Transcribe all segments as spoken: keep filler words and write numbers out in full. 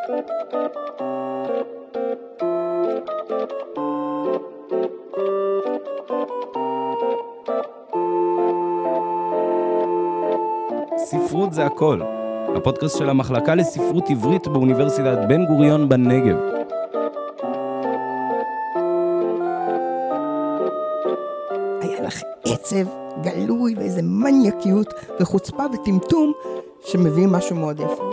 ספרות זה הכל, הפודקאסט של המחלקה לספרות עברית באוניברסיטת בן גוריון בנגב. היה לך עצב גלוי ואיזה מניאקיות וחוצפה וטמטום שמביאים משהו מאוד יפה.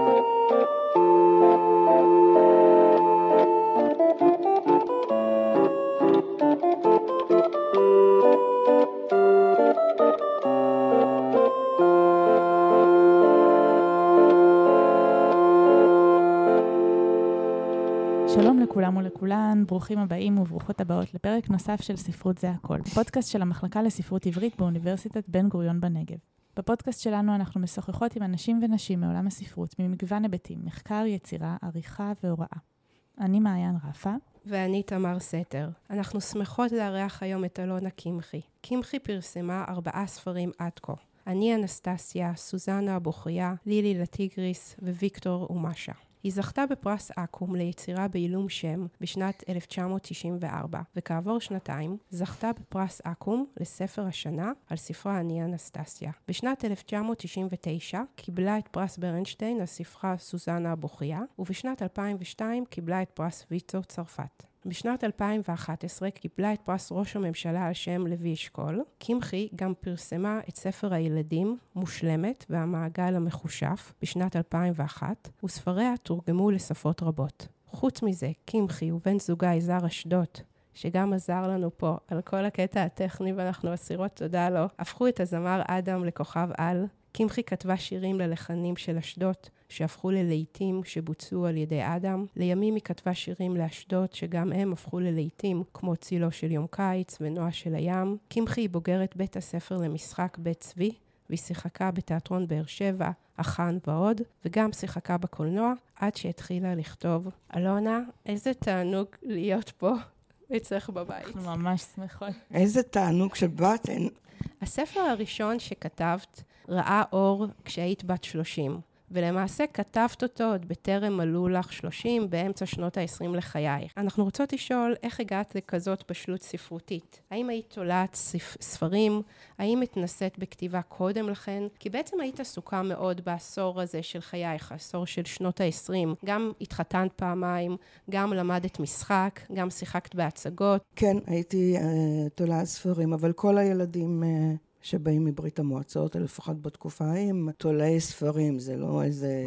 שלום לכולם ולכולן, ברוכים הבאים וברוכות הבאות לפרק נוסף של ספרות זה הכל, פודקאסט של המחלקה לספרות עברית באוניברסיטת בן גוריון בנגב. בפודקאסט שלנו אנחנו משוחחות עם אנשים ונשים מעולם הספרות ממגוון היבטים, מחקר, יצירה, עריכה והוראה. אני מעיין רפה. ואני תמר סתר. אנחנו שמחות לארח היום את אלונה קמחי. קמחי פרסמה ארבעה ספרים עד כה. אני אנסטסיה, סוזנה הבוכריה, לילי לטיגריס וויקטור ומשה. היא זכתה בפרס אקו"ם ליצירה בעילום שם בשנת אלף תשע מאות תשעים וארבע, וכעבור שנתיים זכתה בפרס אקו"ם לספר השנה על ספרה אני אנסטסיה. בשנת אלף תשע מאות תשעים ותשע קיבלה את פרס ברנשטיין על ספרה סוזנה הבוכריה, ובשנת אלפיים ושתיים קיבלה את פרס ויצו צרפת. בשנת אלפיים ואחת עשרה קיבלה את פרס ראש הממשלה על שם לוי אשכול. קמחי גם פרסמה את ספר הילדים מושלמת והמעגל המחושף בשנת אלפיים ואחת, וספריה תורגמו לשפות רבות. חוץ מזה, קמחי ובן זוגה יזהר אשדות, שגם עזר לנו פה על כל הקטע הטכני ואנחנו אסירות תודה לו, הפכו את הזמר אדם לכוכב על. קמחי כתבה שירים ללחנים של אשדות, שהפכו ללהיטים שבוצעו על ידי אדם. לימים היא כתבה שירים לאשדות שגם הם הפכו ללהיטים, כמו צילו של יום קיץ ונוע של הים. קמחי היא בוגרת בית הספר למשחק בית צבי, והיא שיחקה בתיאטרון באר שבע, החאן ועוד, וגם שיחקה בקולנוע, עד שהתחילה לכתוב. אלונה, איזה תענוג להיות פה אצלך בבית. אנחנו ממש שמחות. איזה תענוג שבאתן. הספר הראשון שכתבת ראה אור כשהיית בת שלושים. ולמעשה כתבת אותו עוד בטרם מלאו לך שלושים, באמצע שנות ה-עשרים לחייך. אנחנו רוצות לשאול איך הגעת לכזאת בשלות ספרותית. האם היית תולעת ספרים? האם התנסית בכתיבה קודם לכן? כי בעצם היית עסוקה מאוד בעשור הזה של חייך, העשור של שנות ה-עשרים. גם התחתנת פעמיים, גם למדת משחק, גם שיחקת בהצגות. כן, הייתי uh, תולעת ספרים, אבל כל הילדים... Uh... שבאים מברית המועצות, לפחות בתקופה הם תולעי ספרים, זה לא איזה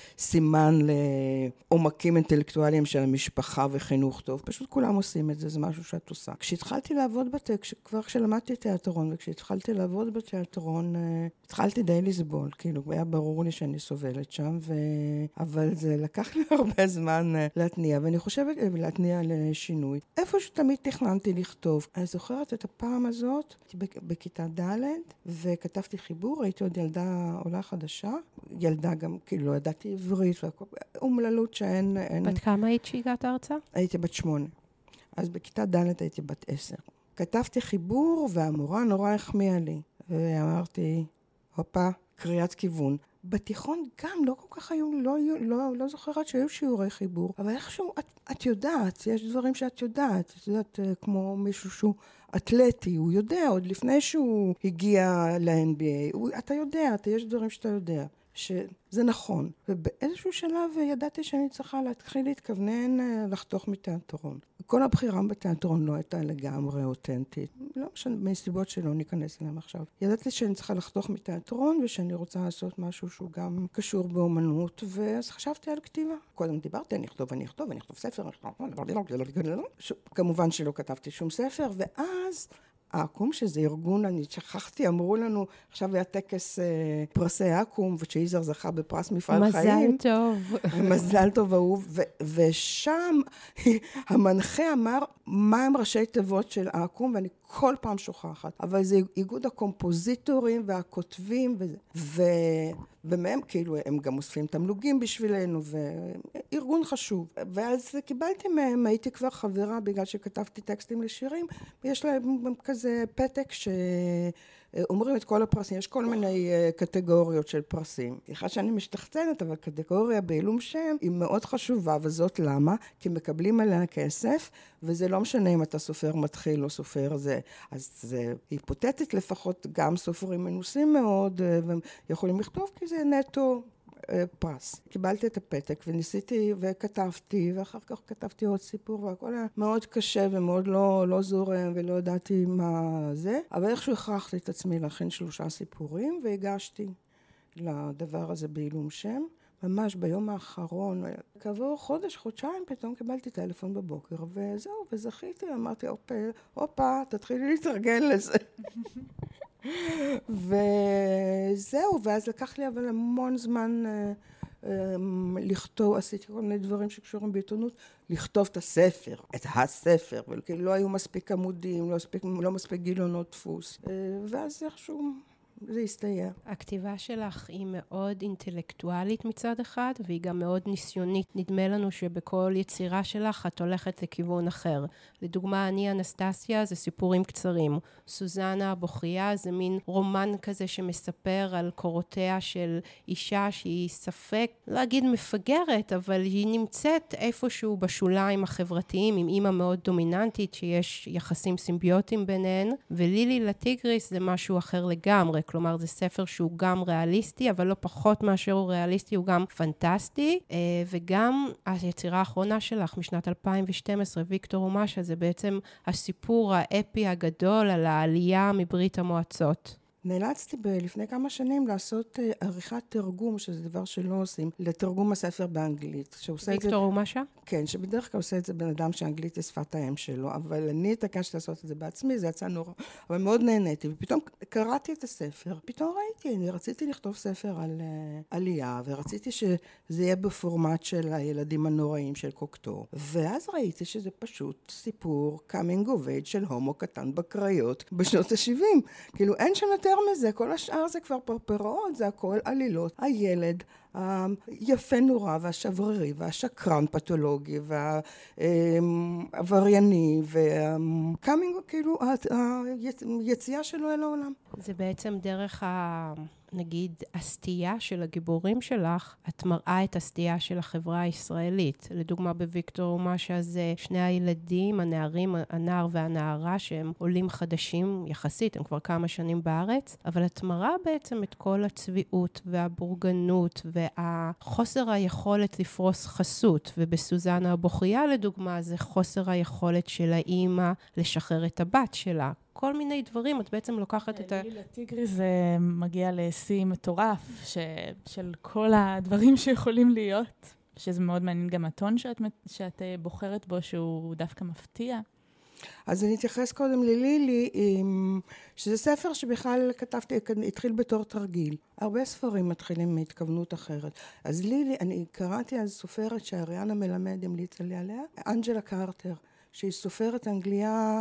סימן לעומקים אינטלקטואליים של המשפחה וחינוך טוב, פשוט כולם עושים את זה, זה משהו שאת עושה. כשהתחלתי לעבוד בטק, כבר כשלמדתי תיאטרון, וכשהתחלתי לעבוד בתיאטרון, התחלתי די לסבול, כאילו, היה ברור לי שאני סובלת שם, ו... אבל זה לקח לי הרבה זמן להתניע, ואני חושבת להתניע לשינוי. איפה שתמיד תכננתי לכתוב, אני זוכרת את הפעם הזאת, בכיתה ד' וכתבתי חיבור, הייתי עוד ילדה עולה חדשה, ילדה גם, כאילו, לא ידעתי עברית, אומללות שאין... אין... בת כמה היית שהגעת ארצה? הייתי בת שמונה. אז בכיתה ד' הייתי בת עשר. כתבתי חיבור, והמורה נורא החמיאה לי. ואמרתי, הופה, קריאת כיוון. בתיכון גם לא כל כך היו, לא, לא, לא זוכרת שהיו שיעורי חיבור, אבל איכשהו, את, את יודעת, יש דברים שאת יודעת, את יודעת, כמו מישהו שהוא אתלטי, הוא יודע, עוד לפני שהוא הגיע ל-אן בי איי, הוא, אתה יודע, אתה, יש דברים שאתה יודע, שזה נכון. ובאיזשהו שלב ידעתי שאני צריכה להתחיל להתכוונן לחתוך מתיאטרון. כל הבחירה בתיאטרון לא הייתה לגמרי אותנטית. לא משנה, מסיבות שלא ניכנס אליהם עכשיו. ידעתי שאני צריכה לחתוך מתיאטרון, ושאני רוצה לעשות משהו שהוא גם קשור באומנות, ואז חשבתי על כתיבה. קודם דיברתי, אני אכתוב, אני אכתוב, אני אכתוב ספר, אני אכתוב... כמובן שלא כתבתי שום ספר, ואז... אקו"ם, שזה ארגון, אני שכחתי, אמרו לנו, עכשיו היה טקס אה, פרסי אקו"ם, ושיזהר זכה בפרס מפעל מזל חיים. מזל טוב. מזל טוב אהוב, ו- ושם המנחה אמר, מה הם ראשי תיבות של אקו"ם, ואני כל פעם שוכחת. אבל זה איגוד הקומפוזיטורים והכותבים, וזה. ו... ומהם, כאילו, הם גם אוספים תמלוגים בשבילנו, וארגון חשוב. ואז קיבלתי מהם, הייתי כבר חברה, בגלל שכתבתי טקסטים לשירים, ויש להם כזה פתק ש... אומרים את כל הפרסים, יש כל מיני קטגוריות של פרסים. סליחה שאני משתחצנת, אבל קטגוריה בעילום שם היא מאוד חשובה, וזאת למה? כי מקבלים עליה כסף, וזה לא משנה אם אתה סופר מתחיל או סופר זה. אז זה היפותטית לפחות, גם סופרים מנוסים מאוד, והם יכולים לכתוב כי זה נטו פרס. קיבלתי את הפתק וניסיתי וכתבתי, ואחר כך כתבתי עוד סיפור, והכל היה מאוד קשה ומאוד לא, לא זורם, ולא ידעתי מה זה. אבל איכשהו הכרחתי את עצמי להכין שלושה סיפורים, והגשתי לדבר הזה בעילום שם. ממש ביום האחרון, כעבור חודש, חודשיים, פתאום קיבלתי טלפון בבוקר, וזהו, וזכיתי, אמרתי, הופה, הופה, תתחילי להתרגל לזה. וזהו, ואז לקח לי אבל המון זמן לכתוב, עשיתי כל מיני דברים שקשורים בעיתונות, לכתוב את הספר, את הספר, וכאילו לא היו מספיק עמודים, לא מספיק, לא מספיק גיליונות דפוס, ואז איכשהו זה הסתייע. הכתיבה שלך היא מאוד אינטלקטואלית מצד אחד, והיא גם מאוד ניסיונית. נדמה לנו שבכל יצירה שלך את הולכת לכיוון אחר. לדוגמה, אני אנסטסיה זה סיפורים קצרים. סוזנה הבוכייה זה מין רומן כזה שמספר על קורותיה של אישה שהיא ספק, לא אגיד מפגרת, אבל היא נמצאת איפשהו בשוליים החברתיים, עם אימא מאוד דומיננטית, שיש יחסים סימביוטיים ביניהן, ולילי לטיגריס זה משהו אחר לגמרי. כלומר, זה ספר שהוא גם ריאליסטי, אבל לא פחות מאשר הוא ריאליסטי, הוא גם פנטסטי, וגם היצירה האחרונה שלך משנת אלפיים ושתים עשרה, ויקטור ומשה, זה בעצם הסיפור האפי הגדול על העלייה מברית המועצות. נאלצתי ב- לפני כמה שנים לעשות uh, עריכת תרגום, שזה דבר שלא עושים, לתרגום הספר באנגלית. ויקטור ומשה? כן, שבדרך כלל עושה את זה בן אדם שאנגלית היא שפת האם שלו, אבל אני התעקשתי לעשות את זה בעצמי, זה יצא נורא, אבל מאוד נהניתי, ופתאום קראתי את הספר, פתאום ראיתי, אני רציתי לכתוב ספר על uh, עלייה, ורציתי שזה יהיה בפורמט של הילדים הנוראים של קוקטור, ואז ראיתי שזה פשוט סיפור coming of age של הומו קטן בקריות בשנות ה-שבעים, כאילו אין שם יותר מזה, כל השאר זה כבר פרפראות, זה הכל עלילות, הילד היפה נורא והשבררי והשקרן פתולוגי והעברייני והקאמינג, כאילו היציאה שלו אל העולם. זה בעצם דרך ה... נגיד, הסטייה של הגיבורים שלך, את מראה את הסטייה של החברה הישראלית. לדוגמה, בוויקטור ומשה זה שני הילדים, הנערים, הנער והנערה, שהם עולים חדשים יחסית, הם כבר כמה שנים בארץ, אבל את מראה בעצם את כל הצביעות והבורגנות והחוסר היכולת לפרוס חסות, ובסוזנה הבוכייה, לדוגמה, זה חוסר היכולת של האימא לשחרר את הבת שלה. כל מיני דברים, את בעצם לוקחת את ה... לילי לטיגריס זה מגיע לשיא מטורף, ש... של כל הדברים שיכולים להיות, שזה מאוד מעניין גם הטון שאת, שאת בוחרת בו, שהוא דווקא מפתיע. אז אני אתייחס קודם ללילי, שזה ספר שבכלל כתבתי, התחיל בתור תרגיל. הרבה ספרים מתחילים מהתכוונות אחרת. אז לילי, אני קראתי אז סופרת שאריאנה מלמד המליצה לי עליה, אנג'לה קרטר, שהיא סופרת אנגליה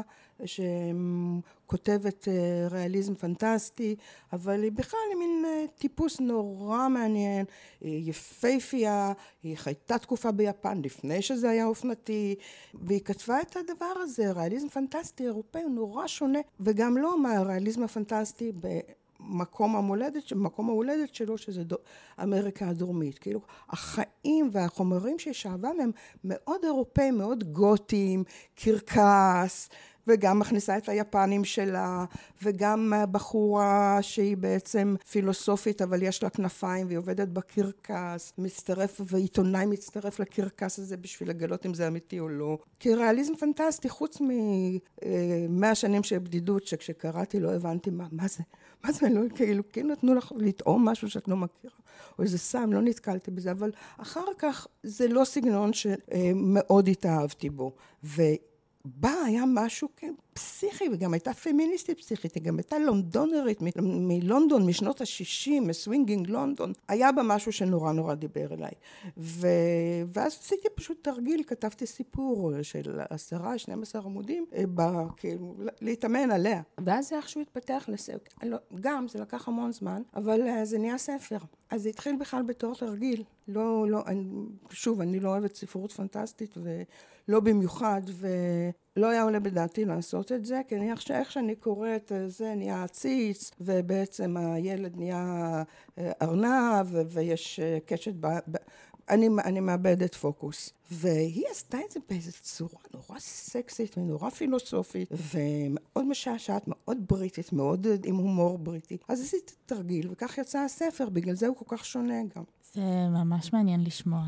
שכותבת ריאליזם פנטסטי, אבל היא בכלל מין טיפוס נורא מעניין, היא יפהפייה, היא חייתה תקופה ביפן לפני שזה היה אופנתי, והיא כתבה את הדבר הזה, ריאליזם פנטסטי אירופאי, הוא נורא שונה, וגם לא מהריאליזם הפנטסטי ב... מקום המולדת, מקום ההולדת שלו, שזה דו, אמריקה הדרומית. כאילו, החיים והחומרים ששאבם הם מאוד אירופאים, מאוד גותיים, קרקס, וגם מכניסה את היפנים שלה, וגם בחורה שהיא בעצם פילוסופית, אבל יש לה כנפיים, והיא עובדת בקרקס, מצטרף, ועיתונאי מצטרף לקרקס הזה בשביל לגלות אם זה אמיתי או לא. כי ריאליזם פנטסטי, חוץ ממאה שנים של בדידות, שכשקראתי לא הבנתי מה, מה זה. מה זה, לא, כאילו, כן נתנו לך לטעום משהו שאת לא מכירה, או איזה סם, לא נתקלתי בזה, אבל אחר כך זה לא סגנון שמאוד התאהבתי בו, ובא היה משהו פסיכי, וגם הייתה פמיניסטית פסיכית, היא גם הייתה לונדונרית, מ- מלונדון, משנות ה-שישים, מסווינגינג לונדון, היה בה משהו שנורא נורא דיבר אליי, ו... ואז עשיתי פשוט תרגיל, כתבתי סיפור של עשרה, שנים עשר עמודים, בא, כאילו, להתאמן עליה, ואז זה איכשהו התפתח לספר, גם זה לקח המון זמן, אבל זה נהיה ספר, אז זה התחיל בכלל בתור תרגיל, לא, לא, אני, שוב, אני לא אוהבת ספרות פנטסטית, ולא במיוחד, ו... לא היה עולה בדעתי לעשות את זה, כי אני חושב איך שאני קוראת, זה נהיה עציץ, ובעצם הילד נהיה ארנב, ויש קשת, ב... אני, אני מאבדת פוקוס. והיא עשתה את זה באיזו צורה נורא סקסית ונורא פילוסופית, ומאוד משעשעת, מאוד בריטית, מאוד עם הומור בריטי. אז עשיתי תרגיל, וכך יצא הספר, בגלל זה הוא כל כך שונה גם. זה ממש מעניין לשמוע.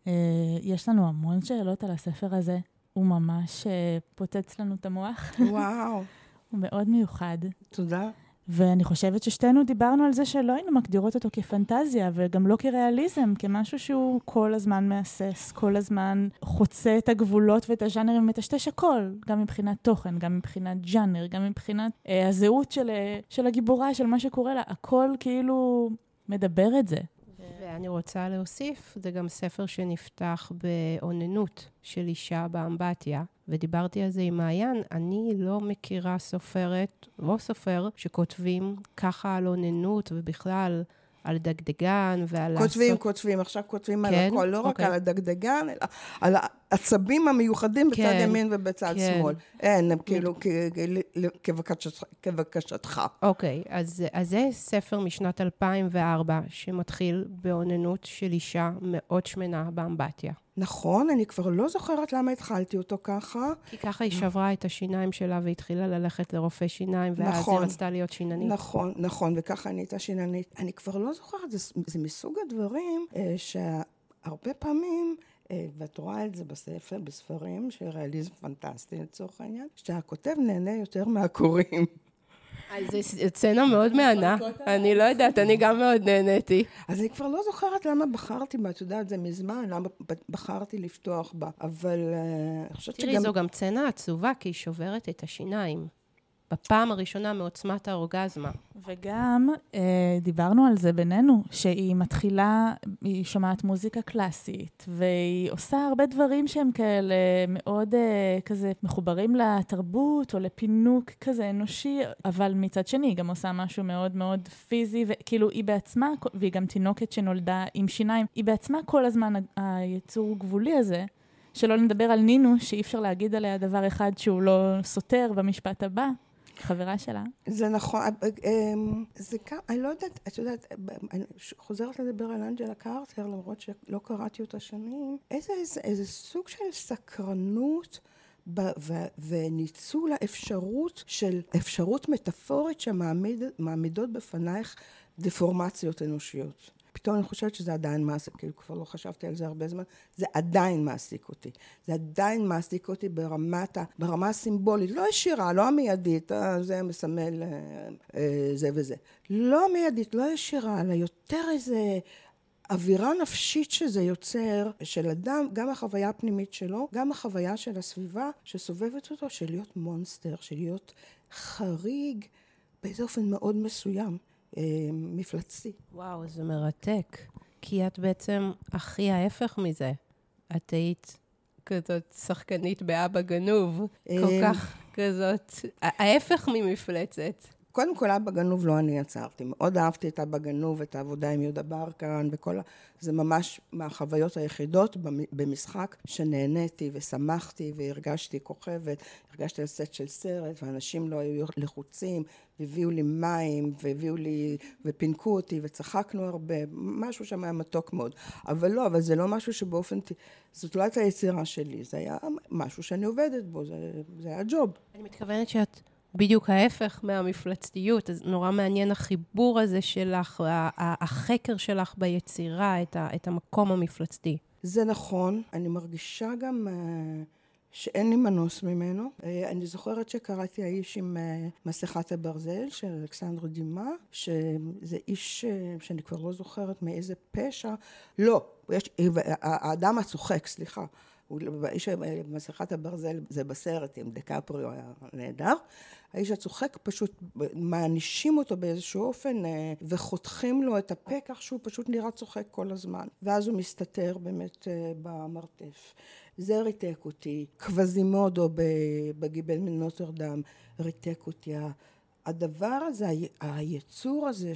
יש לנו המון שאלות על הספר הזה. הוא ממש פוצץ לנו את המוח. וואו. הוא מאוד מיוחד. תודה. ואני חושבת ששתינו דיברנו על זה שלא היינו מגדירות אותו כפנטזיה, וגם לא כריאליזם, כמשהו שהוא כל הזמן מאסס, כל הזמן חוצה את הגבולות ואת הז'אנרים, מטשטש הכל, גם מבחינת תוכן, גם מבחינת ז'אנר, גם מבחינת אה, הזהות של, של הגיבורה, של מה שקורה לה, הכל כאילו מדבר את זה. ואני רוצה להוסיף, זה גם ספר שנפתח באוננות של אישה באמבטיה, ודיברתי על זה עם מעיין, אני לא מכירה סופרת, לא סופר, שכותבים ככה על אוננות, ובכלל על דגדגן ועל... כותבים, לעשות... כותבים, עכשיו כותבים כן? על הכל, לא אוקיי. רק על הדגדגן, אלא על העצבים המיוחדים בצד כן. ימין ובצד כן. שמאל. אין, הם כאילו כ... כבקשתך, כבקשתך. אוקיי, אז, אז זה ספר משנת אלפיים וארבע, שמתחיל באוננות של אישה מאוד שמנה באמבטיה. נכון, אני כבר לא זוכרת למה התחלתי אותו ככה. כי ככה היא שברה את השיניים שלה והתחילה ללכת לרופא שיניים, ואז נכון, היא רצתה להיות שיננית. נכון, נכון, וככה אני הייתה שיננית. אני כבר לא זוכרת, זה, זה מסוג הדברים אה, שהרבה פעמים, אה, ואת רואה את זה בספר, בספרים, שריאליזם פנטסטי לצורך העניין, שהכותב נהנה יותר מהקוראים. אז זו סצנה מאוד מענה, אני לא יודעת, אני גם מאוד נהניתי. אז אני כבר לא זוכרת למה בחרתי בה, את יודעת, זה מזמן, למה בחרתי לפתוח בה, אבל אני חושבת שגם... תראי, זו גם סצנה עצובה, כי היא שוברת את השיניים. בפעם הראשונה מעוצמת האורגזמה. וגם אה, דיברנו על זה בינינו, שהיא מתחילה, היא שומעת מוזיקה קלאסית, והיא עושה הרבה דברים שהם כאלה מאוד אה, כזה מחוברים לתרבות או לפינוק כזה אנושי, אבל מצד שני היא גם עושה משהו מאוד מאוד פיזי, וכאילו היא בעצמה, והיא גם תינוקת שנולדה עם שיניים, היא בעצמה כל הזמן היצור גבולי הזה, שלא נדבר על נינו, שאי אפשר להגיד עליה דבר אחד שהוא לא סותר במשפט הבא, חברה שלה. זה נכון, זה כאן, אני לא יודעת, את יודעת, אני חוזרת לדבר על אנג'לה קרטר, למרות שלא קראתי אותה שנים, איזה, איזה, איזה סוג של סקרנות ב- ו- וניצול האפשרות של, אפשרות מטאפורית שמעמידות בפנייך דפורמציות אנושיות. פתאום אני חושבת שזה עדיין מעסיק, כאילו כבר לא חשבתי על זה הרבה זמן, זה עדיין מעסיק אותי. זה עדיין מעסיק אותי ברמת, ברמה הסימבולית, לא ישירה, לא המיידית, זה מסמל זה וזה. לא המיידית, לא ישירה, אלא יותר איזה אווירה נפשית שזה יוצר, של אדם, גם החוויה הפנימית שלו, גם החוויה של הסביבה שסובבת אותו, של להיות מונסטר, של להיות חריג באיזה אופן מאוד מסוים. מפלצי. וואו, זה מרתק. כי את בעצם הכי ההפך מזה. את היית כזאת שחקנית באבא גנוב, כל כך כזאת, ההפך ממפלצת. קודם כל, אבא גנוב לא אני יצרתי. מאוד אהבתי את אבא גנוב, את העבודה עם יהודה ברקן, וכל ה... זה ממש מהחוויות היחידות במשחק שנהניתי ושמחתי והרגשתי כוכבת, הרגשתי על סט של סרט, ואנשים לא היו לחוצים, והביאו לי מים, והביאו לי, ופינקו אותי, וצחקנו הרבה, משהו שם היה מתוק מאוד. אבל לא, אבל זה לא משהו שבאופן, זאת לא הייתה היצירה שלי, זה היה משהו שאני עובדת בו, זה, זה היה ג'וב. אני מתכוונת שאת בדיוק ההפך מהמפלצתיות, אז נורא מעניין החיבור הזה שלך, החקר שלך ביצירה, את, ה, את המקום המפלצתי. זה נכון, אני מרגישה גם שאין לי מנוס ממנו. אני זוכרת שקראתי האיש עם מסכת הברזל של אלכסנדרו דימה, שזה איש שאני כבר לא זוכרת מאיזה פשע, לא, יש, האדם הצוחק, סליחה, האיש מסכת הברזל זה בסרט עם דקפריו היה נהדר, האיש הצוחק פשוט מענישים אותו באיזשהו אופן וחותכים לו את הפה כך שהוא פשוט נראה צוחק כל הזמן, ואז הוא מסתתר באמת במרתף. זה ריתק אותי. קווזימודו בגיבל מנוטרדם ריתק אותי. הדבר הזה, היצור הזה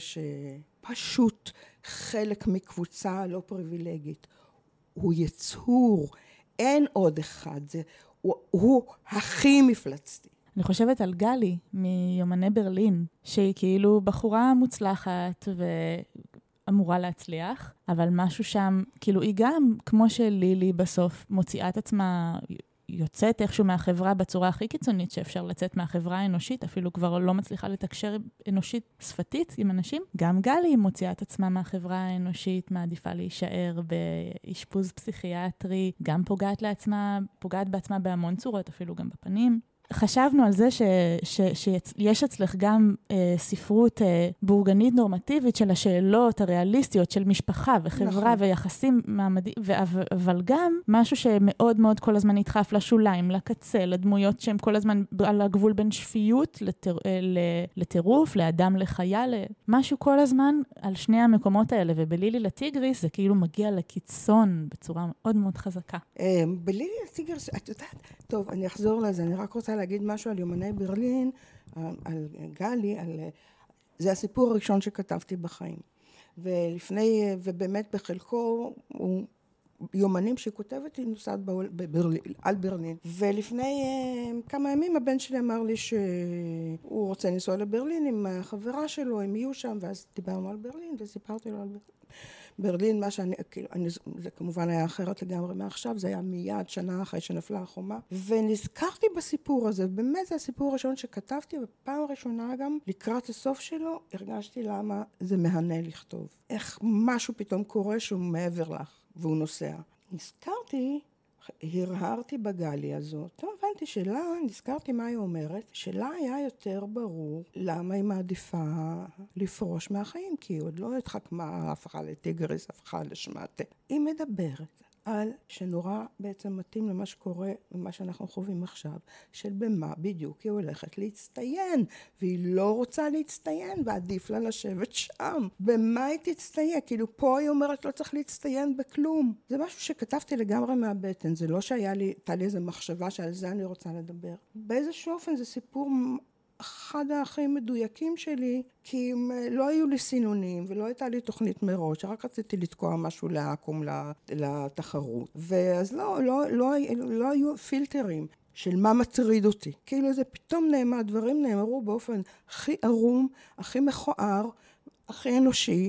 שפשוט חלק מקבוצה לא פריבילגית, הוא יצור, אין עוד אחד, זה, הוא, הוא הכי מפלצתי. אני חושבת על גלי מיומני ברלין, שהיא כאילו בחורה מוצלחת ואמורה להצליח, אבל משהו שם, כאילו היא גם, כמו שלילי בסוף מוציאה את עצמה, יוצאת איכשהו מהחברה בצורה הכי קיצונית שאפשר לצאת מהחברה האנושית, אפילו כבר לא מצליחה לתקשר אנושית שפתית עם אנשים. גם גלי מוציאה את עצמה מהחברה האנושית, מעדיפה להישאר באשפוז פסיכיאטרי, גם פוגעת לעצמה, פוגעת בעצמה בהמון צורות, אפילו גם בפנים. חשבנו על זה ש, ש, שיש אצלך גם אה, ספרות אה, בורגנית נורמטיבית של השאלות הריאליסטיות של משפחה וחברה נכון. ויחסים מעמדיים, אבל גם משהו שמאוד מאוד כל הזמן נדחף לשוליים, לקצה, לדמויות שהן כל הזמן על הגבול בין שפיות לטר, אה, לטירוף, לאדם לחיה, משהו כל הזמן על שני המקומות האלה, ובלילי לטיגריס זה כאילו מגיע לקיצון בצורה מאוד מאוד חזקה. בלילי לטיגריס, את יודעת, טוב, אני אחזור לזה, אני רק רוצה להגיד משהו על יומני ברלין, על, על גלי, על, זה הסיפור הראשון שכתבתי בחיים. ולפני, ובאמת בחלקו, הוא יומנים שכותבת היא נוסעת בברלין, על ברלין. ולפני uh, כמה ימים הבן שלי אמר לי שהוא רוצה לנסוע לברלין עם החברה שלו, הם יהיו שם, ואז דיברנו על ברלין, וסיפרתי לו על ברלין. ברלין, מה שאני, כאילו, אני, זה כמובן היה אחרת לגמרי מעכשיו, זה היה מיד שנה אחרי שנפלה החומה, ונזכרתי בסיפור הזה, באמת זה הסיפור הראשון שכתבתי, בפעם הראשונה גם, לקראת הסוף שלו, הרגשתי למה זה מהנה לכתוב. איך משהו פתאום קורה שהוא מעבר לך, והוא נוסע. נזכרתי, הרהרתי בגלי הזאת, טוב, הבנתי שלה, נזכרתי מה היא אומרת, שלה היה יותר ברור למה היא מעדיפה לפרוש מהחיים, כי היא עוד לא התחכמה, הפכה לטיגריס, הפכה לשמטה. היא מדברת על שנורא בעצם מתאים למה שקורה ומה שאנחנו חווים עכשיו, של במה בדיוק היא הולכת להצטיין, והיא לא רוצה להצטיין, ועדיף לה לשבת שם. במה היא תצטיין? כאילו פה היא אומרת לא צריך להצטיין בכלום. זה משהו שכתבתי לגמרי מהבטן, זה לא שהיה לי, הייתה לי איזו מחשבה שעל זה אני רוצה לדבר. באיזשהו אופן זה סיפור אחד הכי מדויקים שלי, כי לא היו לי סינונים ולא הייתה לי תוכנית מראש, רק רציתי לתקוע משהו לעקום לתחרות. ואז לא, לא, לא, לא היו פילטרים של מה מטריד אותי. כאילו זה פתאום נאמר, דברים נאמרו באופן הכי ערום, הכי מכוער, הכי אנושי,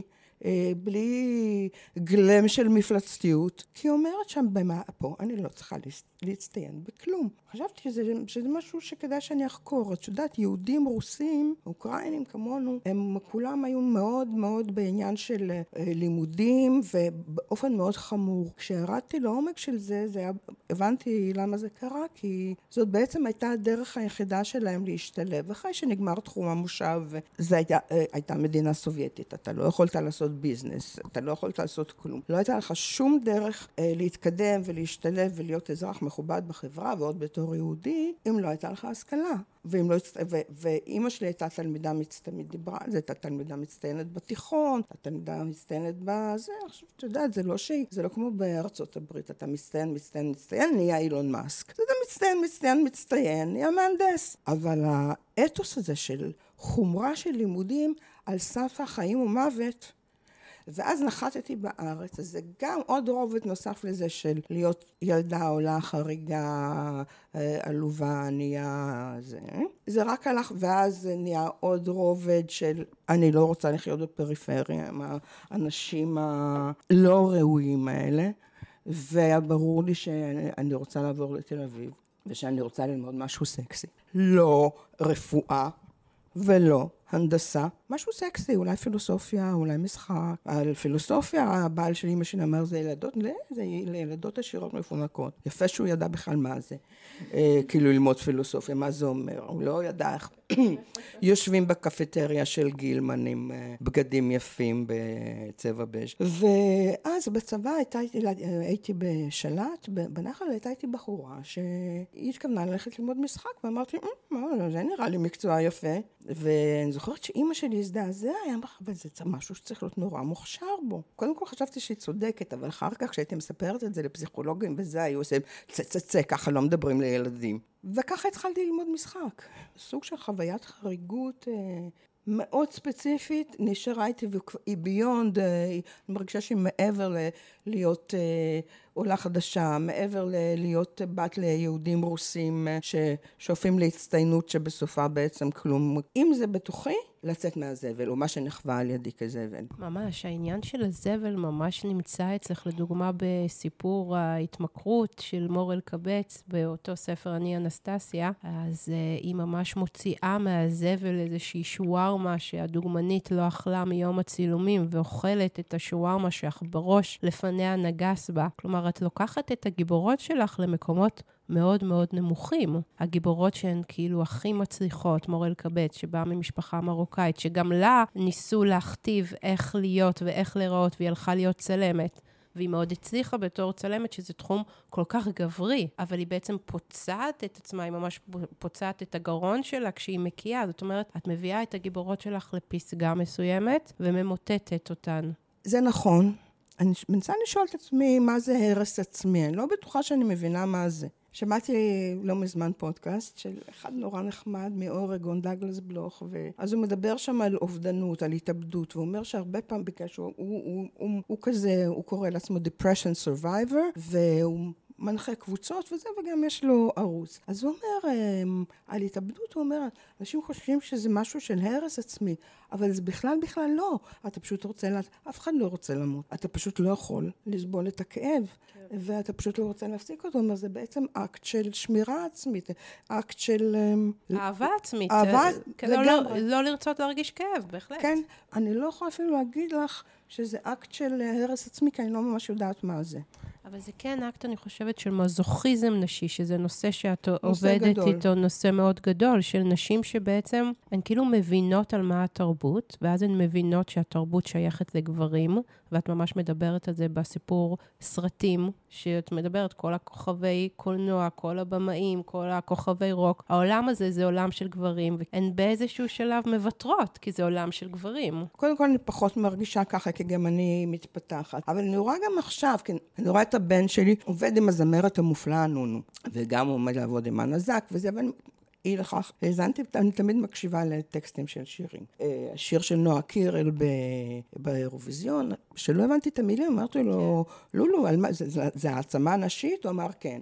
בלי גלם של מפלצתיות, כי היא אומרת שם במה פה, אני לא צריכה להצטיין בכלום. חשבתי שזה, שזה משהו שכדאי שאני אחקור. את יודעת, יהודים, רוסים, אוקראינים כמונו, הם כולם היו מאוד מאוד בעניין של לימודים, ובאופן מאוד חמור. כשהרדתי לעומק של זה, זה היה, הבנתי למה זה קרה, כי זאת בעצם הייתה הדרך היחידה שלהם להשתלב. אחרי שנגמר תחום המושב, זה הייתה, הייתה מדינה סובייטית, אתה לא יכולת לעשות ביזנס, אתה לא יכולת לעשות כלום. לא הייתה לך שום דרך אה, להתקדם ולהשתלב ולהיות אזרח מכובד בחברה, ועוד בתור יהודי, אם לא הייתה לך השכלה. ואם לא, ו, ואמא שלי הייתה תלמידה מצטיינת, דיברה על זה, הייתה תלמידה מצטיינת בתיכון, הייתה תלמידה מצטיינת בזה, עכשיו, אתה יודעת, זה לא שהיא, זה לא כמו בארצות הברית, אתה מצטיין, מצטיין, מצטיין, נהיה אילון מאסק. אתה מצטיין, מצטיין, מצטיין, נהיה מהנדס. אבל האתוס הזה של חומרה של לימודים על סף החיים ומוות, ואז נחתתי בארץ, אז זה גם עוד רובד נוסף לזה של להיות ילדה עולה חריגה, עלובה, נהיה זה. זה רק הלך, ואז נהיה עוד רובד של אני לא רוצה לחיות בפריפריה, עם האנשים הלא ראויים האלה, והיה ברור לי שאני רוצה לעבור לתל אביב, ושאני רוצה ללמוד משהו סקסי. לא רפואה ולא הנדסה, משהו סקסי, אולי פילוסופיה, אולי משחק. על פילוסופיה, הבעל של אמא שלי אמר, זה ילדות, לא, זה ילדות עשירות מפונקות. יפה שהוא ידע בכלל מה זה. כאילו ללמוד פילוסופיה, מה זה אומר? הוא לא ידע איך. יושבים בקפטריה של גילמן עם בגדים יפים בצבע בז'. ואז בצבא הייתה, הייתי בשלט, בנחל הייתה איתי בחורה, שהיא התכוונה ללכת ללמוד משחק, ואמרתי, זה נראה לי מקצוע יפה. ואני זוכרת שאימא שלי הזדעזעה, היא אמרה, אבל זה משהו שצריך להיות נורא מוכשר בו. קודם כל חשבתי שהיא צודקת, אבל אחר כך כשהייתי מספרת את זה לפסיכולוגים וזה, היו עושים צה צה צה, ככה לא מדברים לילדים. וככה התחלתי ללמוד משחק. סוג של חוויית חריגות מאוד ספציפית, נשארה איתי והיא ביונד, אני מרגישה שהיא מעבר ל- להיות עולה חדשה, מעבר ל- להיות בת ליהודים רוסים ששואפים להצטיינות שבסופה בעצם כלום. אם זה בתוכי, לצאת מהזבל, או מה שנחווה על ידי כזבל. ממש, העניין של הזבל ממש נמצא אצלך, לדוגמה בסיפור ההתמכרות של מור אלקבץ, באותו ספר אני אנסטסיה, אז uh, היא ממש מוציאה מהזבל איזושהי שווארמה שהדוגמנית לא אכלה מיום הצילומים, ואוכלת את השווארמה שאך בראש לפניה נגס בה. כלומר, את לוקחת את הגיבורות שלך למקומות מאוד מאוד נמוכים. הגיבורות שהן כאילו הכי מצליחות, מור אלקבץ, שבאה ממשפחה מרוקאית, שגם לה ניסו להכתיב איך להיות ואיך לראות, והיא הלכה להיות צלמת. והיא מאוד הצליחה בתור צלמת, שזה תחום כל כך גברי, אבל היא בעצם פוצעת את עצמה, היא ממש פוצעת את הגרון שלה כשהיא מקיאה. זאת אומרת, את מביאה את הגיבורות שלך לפסגה מסוימת, וממוטטת אותן. זה נכון. אני מנסה לשאול את עצמי מה זה הרס עצמי. אני לא בטוחה שאני מבינה מה זה. שמעתי לא מזמן פודקאסט של אחד נורא נחמד מאורגון, דאגלס בלוך, ואז הוא מדבר שם על אובדנות, על התאבדות, והוא אומר שהרבה פעם ביקש, הוא, הוא, הוא, הוא, הוא כזה, הוא קורא לעצמו depression survivor, והוא מנחה קבוצות וזה, וגם יש לו ערוץ. אז הוא אומר, על התאבדות, הוא אומר, אנשים חושבים שזה משהו של הרס עצמי, אבל זה בכלל בכלל לא. אתה פשוט רוצה, אף אחד לא רוצה למות. אתה פשוט לא יכול לסבול את הכאב, כן. ואתה פשוט לא רוצה להפסיק אותו. אומר, זה בעצם אקט של שמירה עצמית, אקט של... אהבה עצמית. אהבה, לא, לא, לא לרצות להרגיש כאב, בהחלט. כן, אני לא יכולה אפילו להגיד לך שזה אקט של הרס עצמי, כי אני לא ממש יודעת מה זה. אבל זה כן אקט, אני חושבת, של מזוכיזם נשי, שזה נושא שאת עובדת איתו, נושא מאוד גדול, של נשים שבעצם הן כאילו מבינות על מה התרבות, ואז הן מבינות שהתרבות שייכת לגברים, ואת ממש מדברת על זה בסיפור סרטים, שאת מדברת כל הכוכבי קולנוע, כל הבמאים, כל הכוכבי רוק. העולם הזה זה עולם של גברים, והן באיזשהו שלב מבטרות, כי זה עולם של גברים. קודם כל אני פחות מרגישה ככה, כי גם אני מתפתחת. אבל אני רואה גם עכשיו, כי אני רואה את הבן שלי, עובד עם הזמרת המופלאה נונו, וגם הוא עומד לעבוד עם הנזק, וזה, אבל אי לכך, האזנתי, אני תמיד מקשיבה לטקסטים של שירים. השיר של נועה קירל באירוויזיון, שלא הבנתי את המילים, אמרתי לו, לולו, זה העצמה נשית? הוא אמר כן.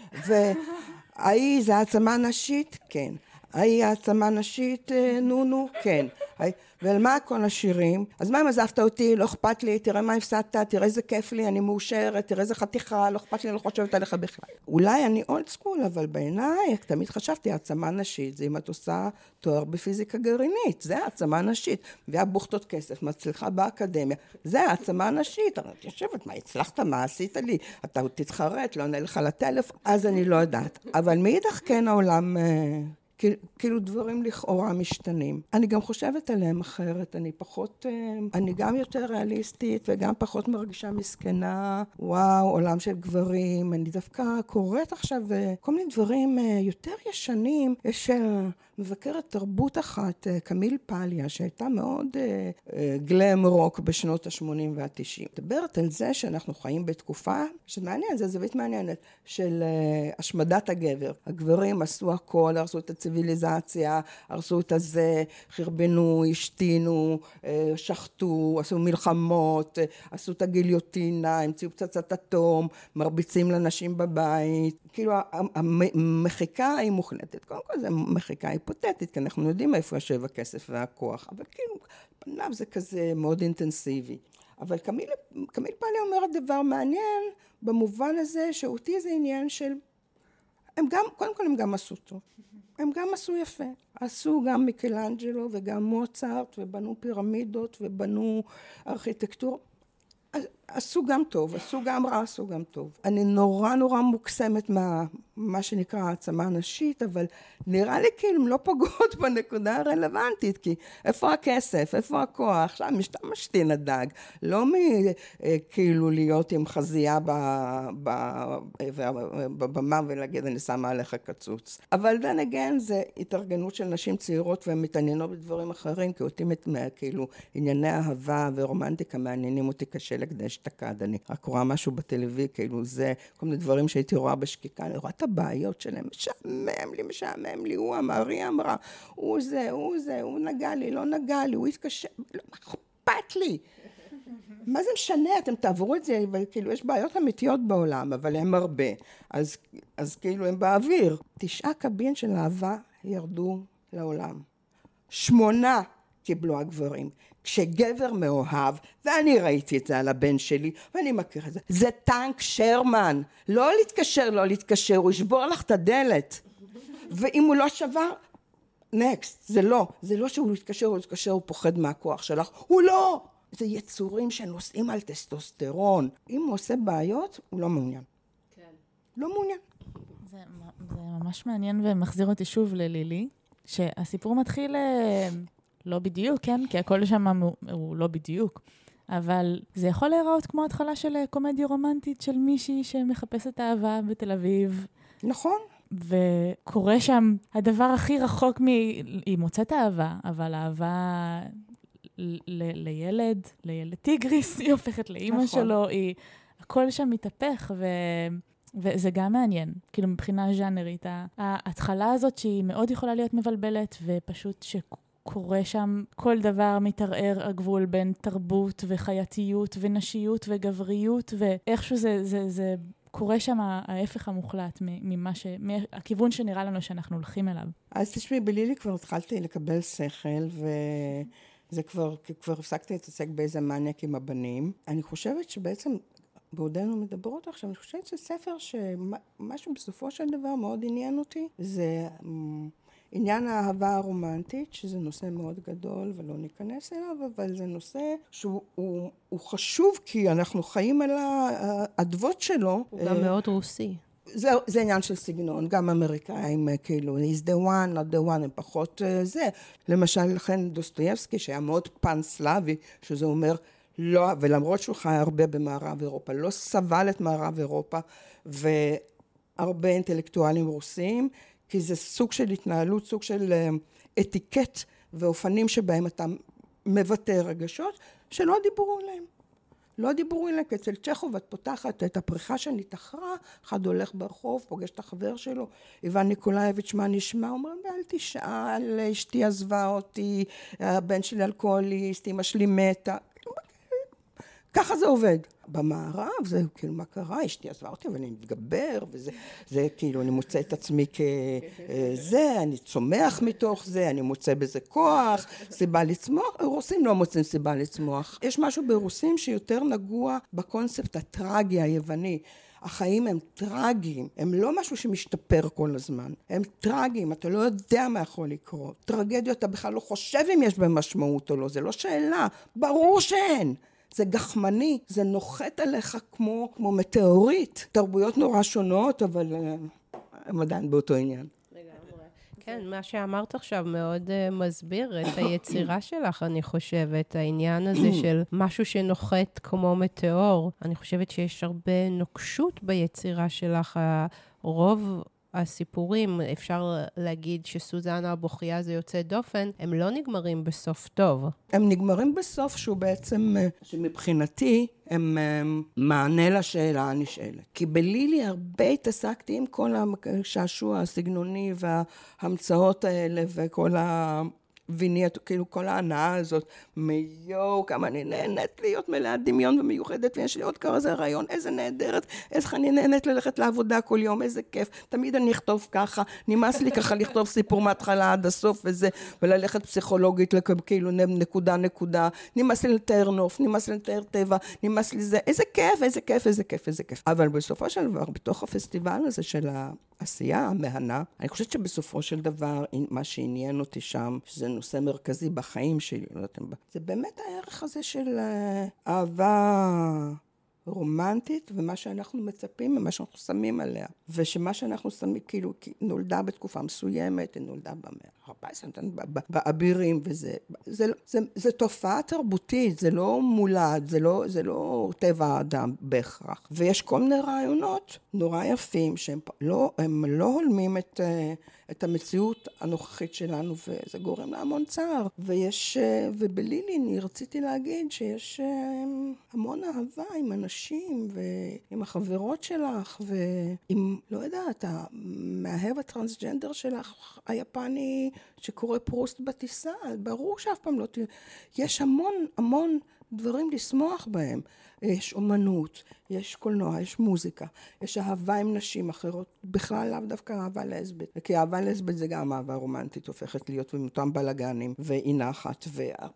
והאי, זה העצמה נשית? כן. האי, העצמה נשית, נונו? כן. ועל מה כל השירים? אז מה אם עזבת אותי? לא אכפת לי, תראה מה הפסדת, תראה איזה כיף לי, אני מאושרת, תראה איזה חתיכה, לא אכפת לי, לא חושבת עליך בכלל. אולי אני אולד סקול, אבל בעיניי, תמיד חשבתי, העצמה נשית, זה אם את עושה תואר בפיזיקה גרעינית, זה העצמה נשית, והבוכתות כסף, מצליחה באקדמיה, זה העצמה נשית, את יושבת, מה הצלחת, מה עשית לי? אתה עוד תתחרט, לא עונה לך לטלפון, אז אני לא יודעת. אבל מאידך כן העולם... כאילו דברים לכאורה משתנים. אני גם חושבת עליהם אחרת, אני פחות, אני גם יותר ריאליסטית וגם פחות מרגישה מסכנה, וואו, עולם של גברים, אני דווקא קוראת עכשיו כל מיני דברים יותר ישנים, יש מבקרת תרבות אחת, קמיל פליה, שהייתה מאוד גלם רוק בשנות ה-שמונים וה-תשעים. מדברת על זה שאנחנו חיים בתקופה, שמעניין, זה זווית מעניינת, של השמדת הגבר. הגברים עשו הכל, הרסו את הציביליזציה, הרסו את הזה, חרבנו, השתינו, שחטו, עשו מלחמות, עשו את הגיליוטינה, המציאו פצצת אטום, מרביצים לנשים בבית. כאילו המחיקה היא מוחלטת. קודם כל זה מחיקה היפותטית, כי אנחנו יודעים איפה יושב הכסף והכוח, אבל כאילו פניו זה כזה מאוד אינטנסיבי. אבל קמיל, קמיל פליה אומרת דבר מעניין, במובן הזה שאותי זה עניין של, הם גם, קודם כל הם גם עשו טוב. הם גם עשו יפה. עשו גם מיקלאנג'לו וגם מוצרט, ובנו פירמידות ובנו ארכיטקטורה. עשו גם טוב, עשו גם רע, עשו גם טוב. אני נורא נורא מוקסמת מה, מה שנקרא העצמה נשית, אבל נראה לי כאילו הם לא פוגעות בנקודה הרלוונטית, כי איפה הכסף, איפה הכוח? עכשיו משתמשתין הדג, לא מכאילו להיות עם חזייה בבמה ולהגיד אני שמה עליך קצוץ. אבל דן אגן זה התארגנות של נשים צעירות והן מתעניינות בדברים אחרים, כי אותי כאילו ענייני אהבה ורומנטיקה מעניינים אותי קשה לקדש אשתקד, אני רק רואה משהו בטלוויזיה, כאילו זה, כל מיני דברים שהייתי רואה בשקיקה, אני רואה את הבעיות שלהם, משעמם לי, משעמם לי, הוא אמר, היא אמרה, הוא זה, הוא זה, הוא נגע לי, לא נגע לי, הוא התקשר, לא, מה אכפת לי? מה זה משנה? אתם תעברו את זה, וכאילו יש בעיות אמיתיות בעולם, אבל הם הרבה, אז, אז כאילו הם באוויר. תשעה קבין של אהבה ירדו לעולם. שמונה קיבלו הגברים. כשגבר מאוהב, ואני ראיתי את זה על הבן שלי, ואני מכיר את זה, זה טנק שרמן. לא להתקשר, לא להתקשר, הוא ישבור לך את הדלת. ואם הוא לא שבר, נקסט, זה לא. זה לא שהוא יתקשר, הוא יתקשר, הוא פוחד מהכוח שלך. הוא לא! זה יצורים שנושאים על טסטוסטרון. אם הוא עושה בעיות, הוא לא מעוניין. כן. לא מעוניין. זה, זה ממש מעניין ומחזיר אותי שוב ללילי, שהסיפור מתחיל לא בדיוק, כן? כי הכל שם הוא, הוא לא בדיוק. אבל זה יכול להיראות כמו התחלה של קומדיה רומנטית של מישהי שמחפשת אהבה בתל אביב. נכון. וקורה שם הדבר הכי רחוק מ... היא מוצאת אהבה, אבל אהבה... ל- לילד, לילד טיגריס, היא הופכת לאמא נכון. שלו, היא, הכל שם מתהפך, ו, וזה גם מעניין, כאילו מבחינה ז'אנרית, ההתחלה הזאת שהיא מאוד יכולה להיות מבלבלת, ופשוט שקורה שם כל דבר מתערער הגבול בין תרבות וחייתיות ונשיות וגבריות, ואיכשהו זה, זה, זה קורה שם ההפך המוחלט ממה ש... מהכיוון שנראה לנו שאנחנו הולכים אליו. אז תשמעי, בלילי כבר התחלתי לקבל שכל, ו... זה כבר, כבר הפסקתי להתעסק באיזה מענק עם הבנים. אני חושבת שבעצם, בעודנו מדברות עכשיו, אני חושבת שזה ספר שמשהו בסופו של דבר מאוד עניין אותי. זה עניין האהבה הרומנטית, שזה נושא מאוד גדול ולא ניכנס אליו, אבל זה נושא שהוא הוא, הוא חשוב, כי אנחנו חיים על האדוות שלו. הוא גם מאוד רוסי. זה, זה עניין של סגנון, גם אמריקאים כאילו, is the one, not the one, הם פחות uh, זה. למשל, לכן דוסטויבסקי, שהיה מאוד פן-סלאבי, שזה אומר, לא, ולמרות שהוא חי הרבה במערב אירופה, לא סבל את מערב אירופה, והרבה אינטלקטואלים רוסיים, כי זה סוג של התנהלות, סוג של uh, אתיקט ואופנים שבהם אתה מבטא רגשות, שלא דיברו עליהם. לא דיברו אליהם, כי אצל צ'כוב את פותחת את הפריחה שנתאחרה, אחד הולך ברחוב, פוגש את החבר שלו, איוון ניקולאייביץ' מה נשמע, הוא אומר, ואל תשאל, אשתי עזבה אותי, הבן שלי אלכוהוליסט, אמא שלי מתה, ככה זה עובד. במערב זה כאילו מה קרה, אשתי עזבה אותי ואני מתגבר, וזה זה, כאילו אני מוצא את עצמי כזה, אני צומח מתוך זה, אני מוצא בזה כוח, סיבה לצמוח, רוסים לא מוצאים סיבה לצמוח. יש משהו ברוסים שיותר נגוע בקונספט הטרגי היווני. החיים הם טרגיים, הם לא משהו שמשתפר כל הזמן, הם טרגיים, אתה לא יודע מה יכול לקרות. טרגדיות אתה בכלל לא חושב אם יש בהם משמעות או לא, זה לא שאלה, ברור שאין. זה גחמני, זה נוחת עליך כמו, כמו מטאורית. תרבויות נורא שונות, אבל uh, הם עדיין באותו עניין. כן, מה שאמרת עכשיו מאוד uh, מסביר את היצירה שלך, אני חושבת. העניין הזה של משהו שנוחת כמו מטאור. אני חושבת שיש הרבה נוקשות ביצירה שלך. רוב הסיפורים, אפשר להגיד שסוזנה הבוכייה זה יוצא דופן, הם לא נגמרים בסוף טוב. הם נגמרים בסוף שהוא בעצם, שמבחינתי, הם מענה לשאלה הנשאלת. כי בלילי הרבה התעסקתי עם כל השעשוע הסגנוני וההמצאות האלה וכל ה... וינית, כאילו כל ההנאה הזאת, מיו, כמה אני נהנית להיות מלאה דמיון ומיוחדת, ויש לי עוד כזה רעיון, איזה נהדרת, איך אני נהנית ללכת לעבודה כל יום, איזה כיף, תמיד אני אכתוב ככה, נמאס לי ככה לכתוב סיפור מההתחלה עד הסוף וזה, וללכת פסיכולוגית, כאילו נקודה נקודה, נמאס לי לתאר נוף, נמאס לי לתאר טבע, נמאס לי זה, איזה כיף, איזה כיף, איזה כיף, איזה כיף. אבל בסופו של דבר, בתוך הפסטיבל הזה של העשייה המהנה, אני חושבת שבסופו של דבר, מה שעניין אותי שם, שזה נושא מרכזי בחיים שלי, לא יודעת, זה באמת הערך הזה של אהבה רומנטית, ומה שאנחנו מצפים, ומה שאנחנו שמים עליה. ושמה שאנחנו שמים, כאילו, נולדה בתקופה מסוימת, נולדה במאה ה-ארבע עשרה, באבירים, וזה, זה, זה, זה תופעה תרבותית, זה לא מולד, זה לא, זה לא טבע האדם בהכרח. ויש כל מיני רעיונות נורא יפים, שהם לא, הם לא הולמים את, את המציאות הנוכחית שלנו, וזה גורם להמון צער. ויש, ובלילי אני רציתי להגיד שיש המון אהבה עם אנשים, ועם החברות שלך, ועם, לא יודעת, המאהב הטרנסג'נדר שלך, היפני שקורא פרוסט בטיסה, ברור שאף פעם לא תהיה. יש המון, המון דברים לשמוח בהם. יש אומנות, יש קולנוע, יש מוזיקה, יש אהבה עם נשים אחרות, בכלל לאו דווקא אהבה לסבית, כי אהבה לסבית זה גם אהבה רומנטית, הופכת להיות עם אותם בלגנים, ואי נחת,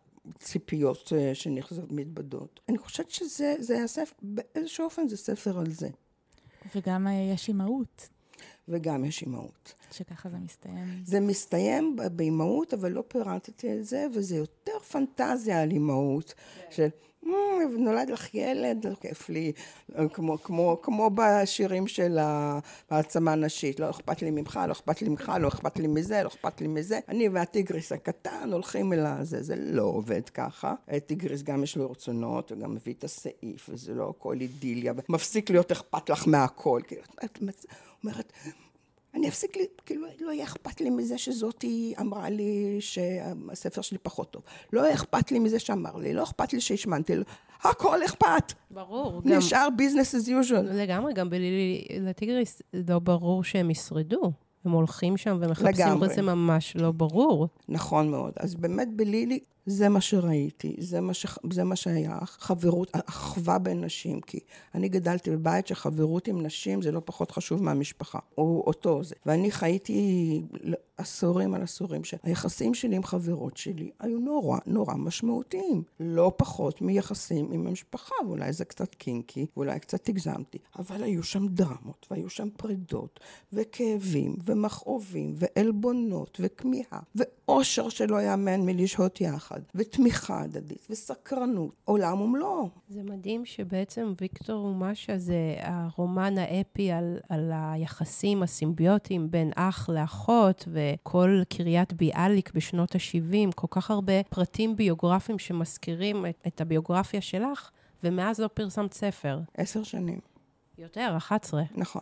וציפיות שנחזות מתבדות. אני חושבת שזה, זה הספר, באיזשהו אופן זה ספר על זה. וגם יש אימהות. וגם יש אימהות. שככה זה מסתיים. זה מסתיים באימהות, אבל לא פירטתי את זה, וזה יותר פנטזיה על אימהות, של נולד לך ילד, לא כיף לי, כמו, כמו, כמו בשירים של העצמה נשית, לא אכפת לי ממך, לא אכפת לי ממך, לא אכפת לי מזה, לא אכפת לי מזה. אני והטיגריס הקטן הולכים אל הזה, זה לא עובד ככה. טיגריס גם יש לו רצונות, הוא גם מביא את הסעיף, וזה לא הכל אידיליה, מפסיק להיות אכפת לך מהכל. את אומרת, אני אפסיק לי, כאילו, לא יהיה אכפת לי מזה שזאתי אמרה לי שהספר שלי פחות טוב. לא יהיה אכפת לי מזה שאמר לי, לא אכפת לי שהשמנתי לו. הכל אכפת. ברור. נשאר business as usual. לגמרי, גם בלילי לטיגריס לא ברור שהם ישרדו. הם הולכים שם ומחפשים, וזה ממש לא ברור. נכון מאוד. אז באמת בלילי, זה מה שראיתי, זה מה, ש... זה מה שהיה חברות, אחווה בין נשים, כי אני גדלתי בבית שחברות עם נשים זה לא פחות חשוב מהמשפחה, או אותו זה. ואני חייתי עשורים על עשורים, שהיחסים שלי עם חברות שלי היו נורא, נורא משמעותיים. לא פחות מיחסים עם המשפחה, ואולי זה קצת קינקי, ואולי קצת הגזמתי, אבל היו שם דרמות, והיו שם פרידות, וכאבים, ומכאובים, ואלבונות, וכמיהה, ואושר שלא יאמן מלשהות יחד. ותמיכה הדדית, וסקרנות, עולם ומלואו. זה מדהים שבעצם ויקטור ומשה זה הרומן האפי על, על היחסים הסימביוטיים בין אח לאחות, וכל קריית ביאליק בשנות ה-שבעים, כל כך הרבה פרטים ביוגרפיים שמזכירים את, את הביוגרפיה שלך, ומאז לא פרסמת ספר. עשר שנים. יותר, אחת עשרה. נכון.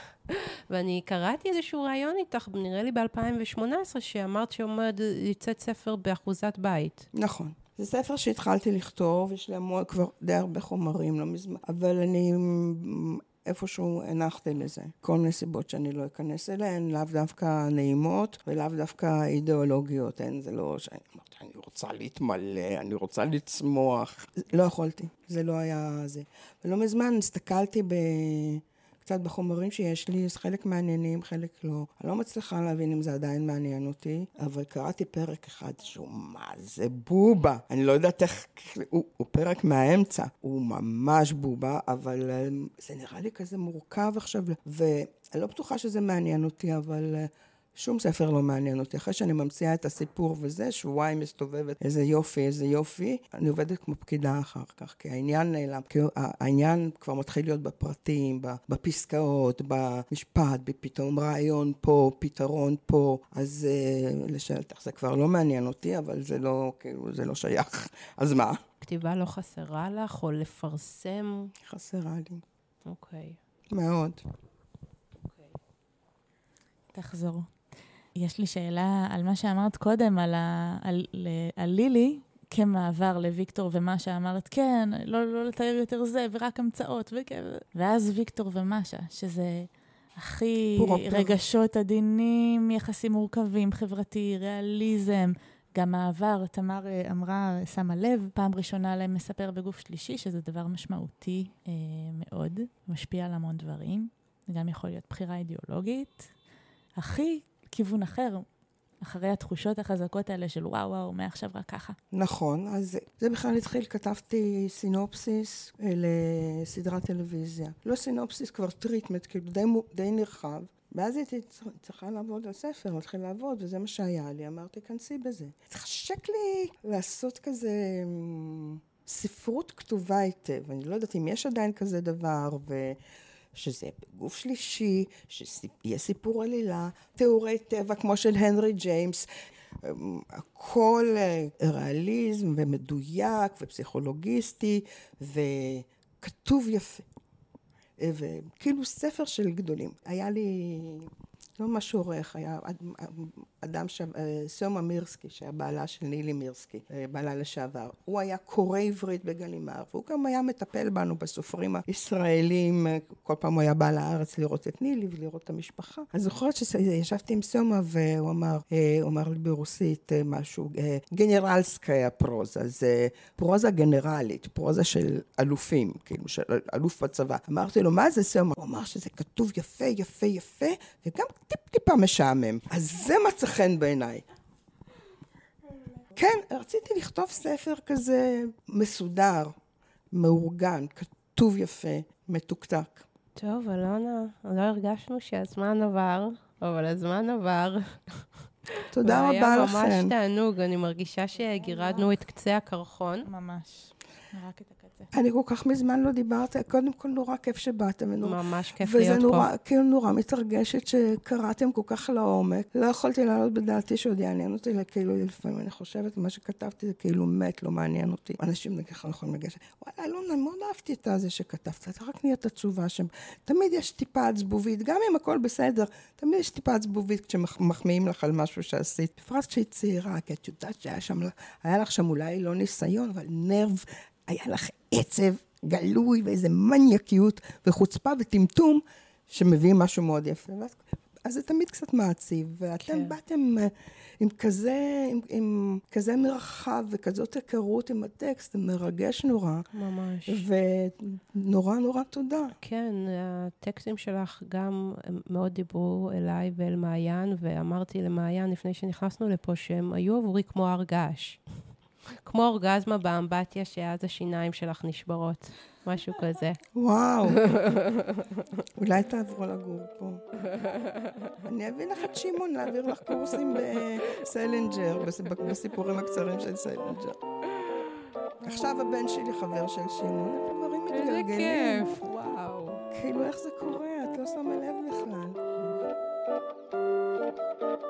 ואני קראתי איזשהו רעיון איתך, נראה לי ב-אלפיים ושמונה עשרה, שאמרת שעומד לצאת ספר באחוזת בית. נכון. זה ספר שהתחלתי לכתוב, יש לי המון כבר די הרבה חומרים, לא מזמן, אבל אני איפשהו הנחתי לזה. כל מיני סיבות שאני לא אכנס אליהן, לאו דווקא נעימות, ולאו דווקא אידיאולוגיות. אין, זה לא שאני אמרתי, אני רוצה להתמלא, אני רוצה לצמוח. לא יכולתי, זה לא היה זה. ולא מזמן הסתכלתי ב... קצת בחומרים שיש לי, אז חלק מעניינים, חלק לא. אני לא מצליחה להבין אם זה עדיין מעניין אותי, אבל קראתי פרק אחד שהוא מה זה בובה. אני לא יודעת איך, הוא, הוא פרק מהאמצע, הוא ממש בובה, אבל זה נראה לי כזה מורכב עכשיו, ואני לא בטוחה שזה מעניין אותי, אבל שום ספר לא מעניין אותי. אחרי שאני ממציאה את הסיפור וזה, שבועיים מסתובבת, איזה יופי, איזה יופי, אני עובדת כמו פקידה אחר כך, כי העניין נעלם, כי העניין כבר מתחיל להיות בפרטים, בפסקאות, במשפט, בפתאום רעיון פה, פתרון פה, אז לשאלתך, זה כבר לא מעניין אותי, אבל זה לא, כאילו, זה לא שייך. אז מה? כתיבה לא חסרה לך, או לפרסם? חסרה לי. אוקיי. מאוד. תחזור. יש לי שאלה על מה שאמרת קודם, על, ה, על, על לילי, כמעבר לוויקטור ומה שאמרת, כן, לא, לא לתאר יותר זה, ורק המצאות, וכן. ואז ויקטור ומשה, שזה הכי רגשות עדינים, יחסים מורכבים, חברתי, ריאליזם, גם העבר, תמר אמרה, שמה לב, פעם ראשונה להם מספר בגוף שלישי, שזה דבר משמעותי אה, מאוד, משפיע על המון דברים, זה גם יכול להיות בחירה אידיאולוגית, הכי כיוון אחר, אחרי התחושות החזקות האלה של וואו וואו, מעכשיו רק ככה. נכון, אז זה בכלל התחיל, כתבתי סינופסיס לסדרת טלוויזיה. לא סינופסיס, כבר טריטמנט, כאילו די, די נרחב. ואז הייתי צריכה לעבוד על ספר, להתחיל לעבוד, וזה מה שהיה לי, אמרתי, כנסי בזה. התחשק לי לעשות כזה ספרות כתובה היטב, אני לא יודעת אם יש עדיין כזה דבר, ו... שזה בגוף שלישי, שיהיה סיפור עלילה, תיאורי טבע כמו של הנרי ג'יימס, הכל ריאליזם ומדויק ופסיכולוגיסטי וכתוב יפה. וכאילו ספר של גדולים. היה לי, לא ממש עורך, היה אדם, ש... סומה מירסקי, שהיה בעלה של נילי מירסקי, בעלה לשעבר. הוא היה קורא עברית בגלימר, והוא גם היה מטפל בנו בסופרים הישראלים, כל פעם הוא היה בא לארץ לראות את נילי ולראות את המשפחה. אז זוכרת שישבתי עם סומה, והוא אמר, הוא אמר לי ברוסית משהו, גנרלסקיה פרוזה, זה פרוזה גנרלית, פרוזה של אלופים, כאילו של אלוף בצבא. אמרתי לו, מה זה סומה? הוא אמר שזה כתוב יפה, יפה, יפה, וגם טיפ-טיפה משעמם. אז זה מצא חן בעיניי. כן, רציתי לכתוב ספר כזה מסודר, מאורגן, כתוב יפה, מתוקתק. טוב, אלונה, לא הרגשנו שהזמן עבר, אבל הזמן עבר. תודה רבה לכם. היה ממש תענוג, אני מרגישה שגירדנו את קצה הקרחון. ממש. רק את הקצה. אני כל כך מזמן לא דיברתי, קודם כל נורא כיף שבאתם. ממש כיף להיות פה. וזה נורא, כאילו נורא מתרגשת שקראתם כל כך לעומק. לא יכולתי לעלות בדעתי שעוד יעניין אותי, כאילו לפעמים אני חושבת, מה שכתבתי זה כאילו מת, לא מעניין אותי. אנשים נגח לא יכולים לגשת. וואלה, אלונה, מאוד אהבתי את זה שכתבת, אתה רק נהיית עצובה שם. תמיד יש טיפה עצבובית, גם אם הכל בסדר, תמיד יש טיפה עצבובית כשמחמיאים לך על משהו שעשית. בפרט כשהיא צעירה, כי את יודעת שהיה שם, היה לך שם אולי לא ניסיון, אבל נרב, היה לך עצב גלוי ואיזה מניאקיות וחוצפה וטמטום שמביאים משהו מאוד יפה. אז זה תמיד קצת מעציב, ואתם כן. באתם עם כזה, עם, עם כזה מרחב וכזאת היכרות עם הטקסט, מרגש נורא. ממש. ונורא נורא תודה. כן, הטקסטים שלך גם מאוד דיברו אליי ואל מעיין, ואמרתי למעיין לפני שנכנסנו לפה שהם היו עבורי כמו הרגש. כמו אורגזמה באמבטיה שאז השיניים שלך נשברות. משהו כזה. וואו. אולי תעברו לגור פה. אני אביא לך את שימון, להעביר לך קורסים בסלינג'ר, בסיפורים הקצרים של סלינג'ר. עכשיו הבן שלי חבר של שימון, חברים מתגלגלים. איזה כיף, וואו. כאילו איך זה קורה, את לא שמה לב בכלל.